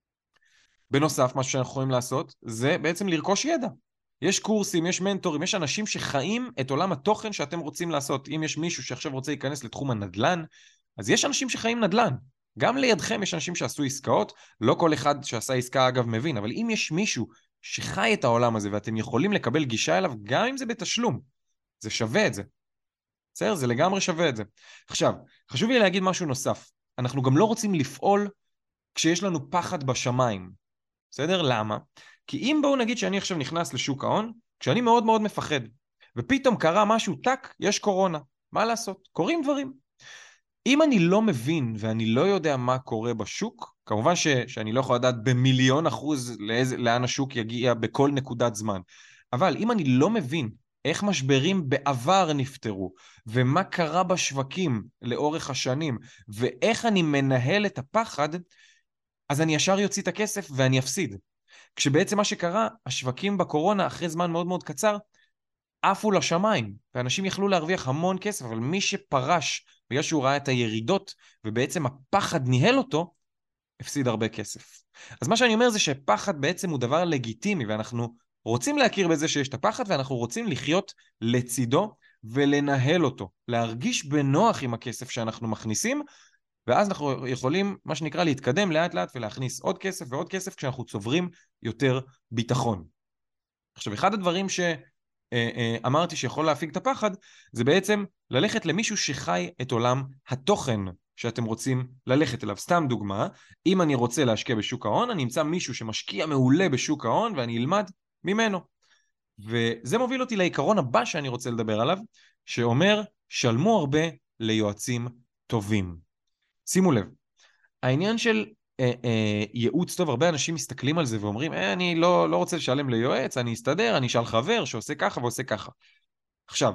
בנוסף, מה שאנחנו יכולים לעשות, זה בעצם לרכוש ידע. יש קורסים, יש מנטורים, יש אנשים שחיים את עולם התוכן שאתם רוצים לעשות. אם יש מישהו שעכשיו רוצה להיכנס לתחום הנדל"ן, אז יש אנשים שחיים נדל"ן. גם לידכם יש אנשים שעשו עסקאות, לא כל אחד שעשה עסקה אגב מבין, אבל אם יש מישהו שחי את העולם הזה ואתם יכולים לקבל גישה אליו, גם אם זה בתשלום, זה שווה את זה. בסדר? זה לגמרי שווה את זה. עכשיו, חשוב לי להגיד משהו נוסף. אנחנו גם לא רוצים לפעול כשיש לנו פחד בשמיים. בסדר? למה? כי אם בואו נגיד שאני עכשיו נכנס לשוק ההון, כשאני מאוד מאוד מפחד, ופתאום קרה משהו, טק, יש קורונה. מה לעשות? קורים דברים. אם אני לא מבין ואני לא יודע מה קורה בשוק, כמובן ש, שאני לא יכול לדעת במיליון אחוז לאיזה, לאן השוק יגיע בכל נקודת זמן, אבל אם אני לא מבין איך משברים בעבר נפתרו, ומה קרה בשווקים לאורך השנים, ואיך אני מנהל את הפחד, אז אני ישר יוציא את הכסף ואני אפסיד. כשבעצם מה שקרה, השווקים בקורונה אחרי זמן מאוד מאוד קצר, עפו לשמיים, ואנשים יכלו להרוויח המון כסף, אבל מי שפרש, בגלל שהוא ראה את הירידות, ובעצם הפחד ניהל אותו, הפסיד הרבה כסף. אז מה שאני אומר זה שפחד בעצם הוא דבר לגיטימי, ואנחנו רוצים להכיר בזה שיש את הפחד, ואנחנו רוצים לחיות לצידו, ולנהל אותו, להרגיש בנוח עם הכסף שאנחנו מכניסים, ואז אנחנו יכולים, מה שנקרא, להתקדם לאט לאט, ולהכניס עוד כסף ועוד כסף, כשאנחנו צוברים יותר ביטחון. עכשיו, אחד הדברים ש... אמרתי שיכול להפיג את הפחד, זה בעצם ללכת למישהו שחי את עולם התוכן שאתם רוצים ללכת אליו. סתם דוגמה, אם אני רוצה להשקיע בשוק ההון, אני אמצא מישהו שמשקיע מעולה בשוק ההון, ואני אלמד ממנו. וזה מוביל אותי לעיקרון הבא שאני רוצה לדבר עליו, שאומר, שלמו הרבה ליועצים טובים. שימו לב, העניין של אה, אה, ייעוץ טוב, הרבה אנשים מסתכלים על זה ואומרים, אה, אני לא, לא רוצה לשלם ליועץ, אני אסתדר, אני אשאל חבר שעושה ככה ועושה ככה. עכשיו,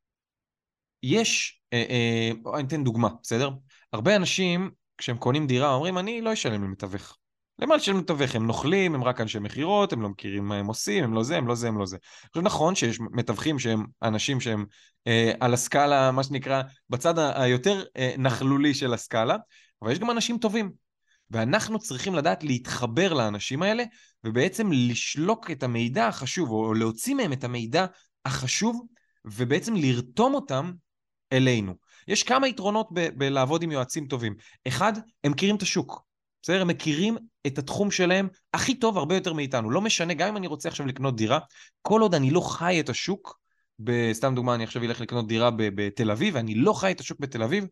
יש, אה, אה, אני אתן דוגמה, בסדר? הרבה אנשים, כשהם קונים דירה, אומרים, אני לא אשלם למתווך. למה לשלם למתווך? הם נוכלים, הם רק אנשי מחירות, הם לא מכירים מה הם עושים, הם לא זה, הם לא זה, הם לא זה. עכשיו, נכון שיש מתווכים שהם אנשים שהם אה, על הסקאלה, מה שנקרא, בצד היותר אה, נחלולי של הסקאלה, אבל יש גם אנשים טובים. ואנחנו צריכים לדעת להתחבר לאנשים האלה, ובעצם לשלוק את המידע החשוב, או להוציא מהם את המידע החשוב, ובעצם לרתום אותם אלינו. יש כמה יתרונות ב- בלעבוד עם יועצים טובים. אחד, הם מכירים את השוק. בסדר? הם מכירים את התחום שלהם הכי טוב, הרבה יותר מאיתנו. לא משנה, גם אם אני רוצה עכשיו לקנות דירה, כל עוד אני לא חי את השוק, בסתם דוגמה, אני עכשיו אלך לקנות דירה ב- בתל אביב, ואני לא חי את השוק בתל אביב,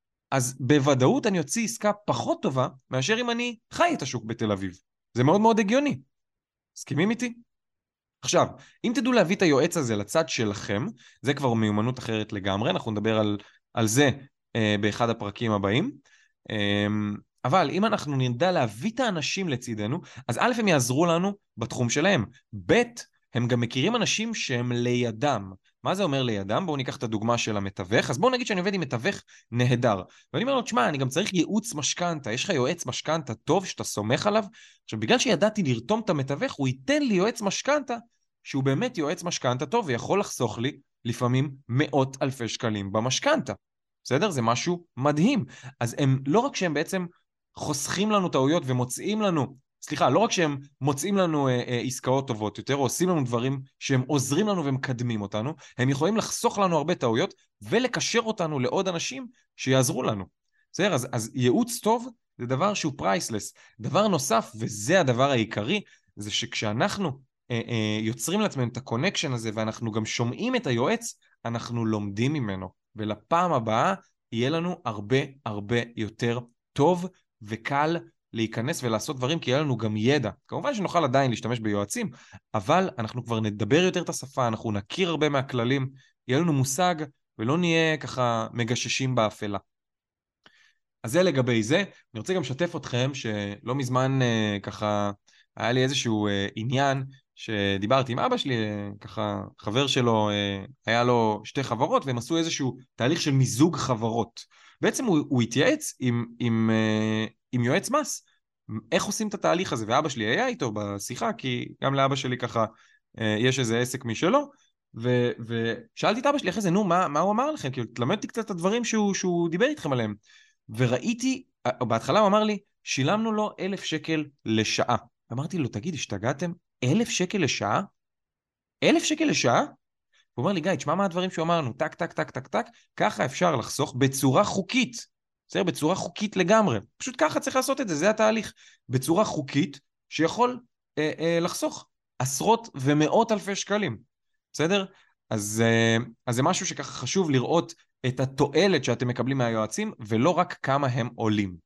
אז בוודאות אני אוציא עסקה פחות טובה, מאשר אם אני חי את השוק בתל אביב. זה מאוד מאוד הגיוני. מסכימים איתי? עכשיו, אם תדעו להביא את היועץ הזה לצד שלכם, זה כבר מיומנות אחרת לגמרי, אנחנו נדבר על, על זה אה, באחד הפרקים הבאים, אה, אבל אם אנחנו נדע להביא את האנשים לצידנו, אז א' הם יעזרו לנו בתחום שלהם, ב' הם גם מכירים אנשים שהם לידם. מה זה אומר לידם? בואו ניקח את הדוגמה של המתווך. אז בואו נגיד שאני עובד עם מתווך נהדר. ואני אומר לו, תשמע, אני גם צריך ייעוץ משכנתה. יש לך יועץ משכנתה טוב שאתה סומך עליו? עכשיו, בגלל שידעתי לרתום את המתווך, הוא ייתן לי יועץ משכנתה, שהוא באמת יועץ משכנתה טוב, ויכול לחסוך לי לפעמים מאות אלפי שקלים במשכנתה. בסדר? זה משהו מדהים. אז הם, לא רק שהם בעצם חוסכים לנו טעויות ומוצאים לנו, סליחה, לא רק שהם מוצאים לנו אה, אה, עסקאות טובות יותר, או עושים לנו דברים שהם עוזרים לנו ומקדמים אותנו, הם יכולים לחסוך לנו הרבה טעויות, ולקשר אותנו לעוד אנשים שיעזרו לנו. בסדר? אז, אז ייעוץ טוב זה דבר שהוא פרייסלס. דבר נוסף, וזה הדבר העיקרי, זה שכשאנחנו אה, אה, יוצרים לעצמנו את הקונקשן הזה, ואנחנו גם שומעים את היועץ, אנחנו לומדים ממנו. ולפעם הבאה יהיה לנו הרבה הרבה יותר טוב וקל להיכנס ולעשות דברים, כי יהיה לנו גם ידע. כמובן שנוכל עדיין להשתמש ביועצים, אבל אנחנו כבר נדבר יותר את השפה, אנחנו נכיר הרבה מהכללים, יהיה לנו מושג, ולא נהיה ככה מגששים באפלה. אז זה לגבי זה. אני רוצה גם לשתף אתכם שלא מזמן אה, ככה היה לי איזשהו אה, עניין שדיברתי עם אבא שלי, אה, ככה חבר שלו, אה, היה לו שתי חברות והם עשו איזשהו תהליך של מיזוג חברות. בעצם הוא, הוא התייעץ עם, עם, אה, עם יועץ מס, איך עושים את התהליך הזה, ואבא שלי היה איתו בשיחה, כי גם לאבא שלי ככה אה, יש איזה עסק משלו, ו, ושאלתי את אבא שלי אחרי זה, נו, מה, מה הוא אמר לכם? כאילו, תלמדתי קצת את הדברים שהוא, שהוא דיבר איתכם עליהם. וראיתי, בהתחלה הוא אמר לי, שילמנו לו אלף שקל לשעה. אמרתי לו, תגיד, השתגעתם? אלף שקל לשעה? אלף שקל לשעה? הוא אומר לי, גיא, תשמע מה הדברים שהוא אמרנו, טק, טק, טק, טק, טק, ככה אפשר לחסוך בצורה חוקית. בסדר, בצורה חוקית לגמרי. פשוט ככה צריך לעשות את זה, זה התהליך. בצורה חוקית שיכול אה, אה, לחסוך עשרות ומאות אלפי שקלים. בסדר? אז, אה, אז זה משהו שככה חשוב לראות את התועלת שאתם מקבלים מהיועצים, ולא רק כמה הם עולים.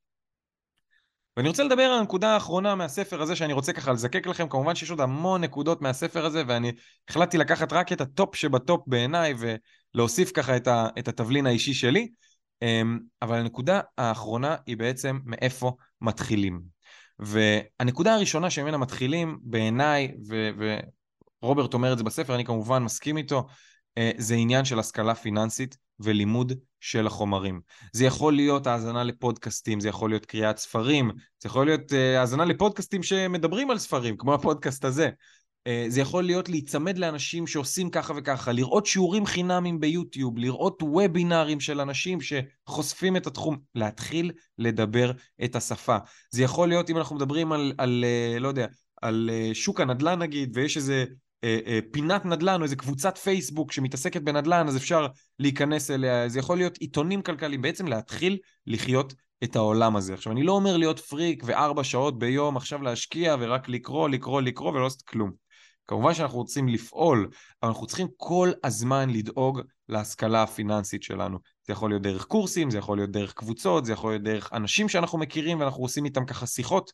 ואני רוצה לדבר על הנקודה האחרונה מהספר הזה, שאני רוצה ככה לזקק לכם, כמובן שיש עוד המון נקודות מהספר הזה, ואני החלטתי לקחת רק את הטופ שבטופ בעיניי, ולהוסיף ככה את, ה, את התבלין האישי שלי, אבל הנקודה האחרונה היא בעצם מאיפה מתחילים. והנקודה הראשונה שממנה מתחילים בעיניי, ו, ורוברט אומר את זה בספר, אני כמובן מסכים איתו, זה עניין של השכלה פיננסית ולימוד של החומרים. זה יכול להיות האזנה לפודקאסטים, זה יכול להיות קריאת ספרים, זה יכול להיות האזנה לפודקאסטים שמדברים על ספרים, כמו הפודקאסט הזה. זה יכול להיות להיצמד לאנשים שעושים ככה וככה, לראות שיעורים חינמים ביוטיוב, לראות וובינרים של אנשים שחושפים את התחום, להתחיל לדבר את השפה. זה יכול להיות אם אנחנו מדברים על, על לא יודע, על שוק הנדל"ן נגיד, ויש איזה פינת נדל"ן או איזה קבוצת פייסבוק שמתעסקת בנדל"ן, אז אפשר להיכנס אליה. זה יכול להיות עיתונים כלכליים, בעצם להתחיל לחיות את העולם הזה. עכשיו, אני לא אומר להיות פריק וארבע שעות ביום עכשיו להשקיע ורק לקרוא, לקרוא, לקרוא ולא לעשות כלום. כמובן שאנחנו רוצים לפעול, אבל אנחנו צריכים כל הזמן לדאוג להשכלה הפיננסית שלנו. זה יכול להיות דרך קורסים, זה יכול להיות דרך קבוצות, זה יכול להיות דרך אנשים שאנחנו מכירים ואנחנו עושים איתם ככה שיחות.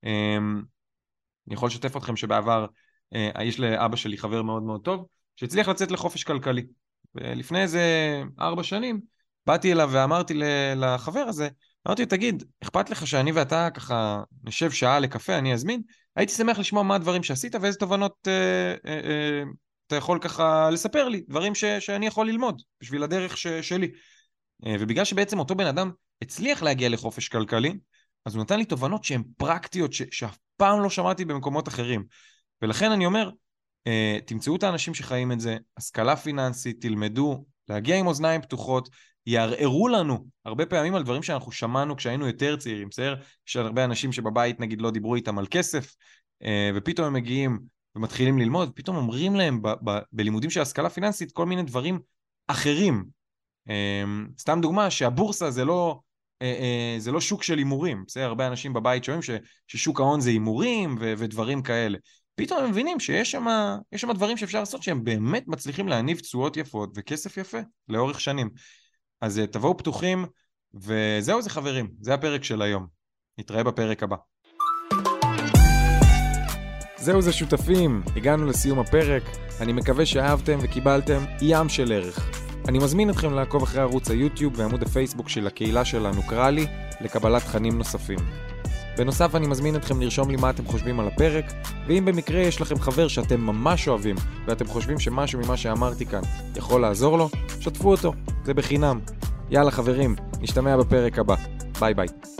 אני יכול לשתף אתכם שבעבר יש לאבא שלי חבר מאוד מאוד טוב, שהצליח לצאת לחופש כלכלי. ולפני איזה ארבע שנים, באתי אליו ואמרתי לחבר הזה, אמרתי, תגיד, אכפת לך שאני ואתה ככה נשב שעה לקפה, אני אזמין? הייתי שמח לשמוע מה הדברים שעשית ואיזה תובנות אה, אה, אה, אתה יכול ככה לספר לי, דברים ש, שאני יכול ללמוד בשביל הדרך ש, שלי. אה, ובגלל שבעצם אותו בן אדם הצליח להגיע לחופש כלכלי, אז הוא נתן לי תובנות שהן פרקטיות, ש, שאף פעם לא שמעתי במקומות אחרים. ולכן אני אומר, אה, תמצאו את האנשים שחיים את זה, השכלה פיננסית, תלמדו, להגיע עם אוזניים פתוחות, יערערו לנו הרבה פעמים על דברים שאנחנו שמענו כשהיינו יותר צעירים, בסדר? יש הרבה אנשים שבבית נגיד לא דיברו איתם על כסף, ופתאום הם מגיעים ומתחילים ללמוד, פתאום אומרים להם ב- ב- בלימודים של השכלה פיננסית כל מיני דברים אחרים. סתם דוגמה, שהבורסה זה לא, זה לא שוק של הימורים, בסדר? הרבה אנשים בבית שומעים ש- ששוק ההון זה הימורים ו- ודברים כאלה. פתאום הם מבינים שיש שם, יש שם דברים שאפשר לעשות שהם באמת מצליחים להניב תשואות יפות וכסף יפה לאורך שנים. אז תבואו פתוחים, וזהו זה חברים, זה הפרק של היום. נתראה בפרק הבא. זהו זה שותפים, הגענו לסיום הפרק, אני מקווה שאהבתם וקיבלתם ים של ערך. אני מזמין אתכם לעקוב אחרי ערוץ היוטיוב ועמוד הפייסבוק של הקהילה שלנו קראלי, לקבלת תכנים נוספים. בנוסף אני מזמין אתכם לרשום לי מה אתם חושבים על הפרק, ואם במקרה יש לכם חבר שאתם ממש אוהבים, ואתם חושבים שמשהו ממה שאמרתי כאן יכול לעזור לו, שתפו אותו, זה בחינם. יאללה חברים, נשתמע בפרק הבא. ביי ביי.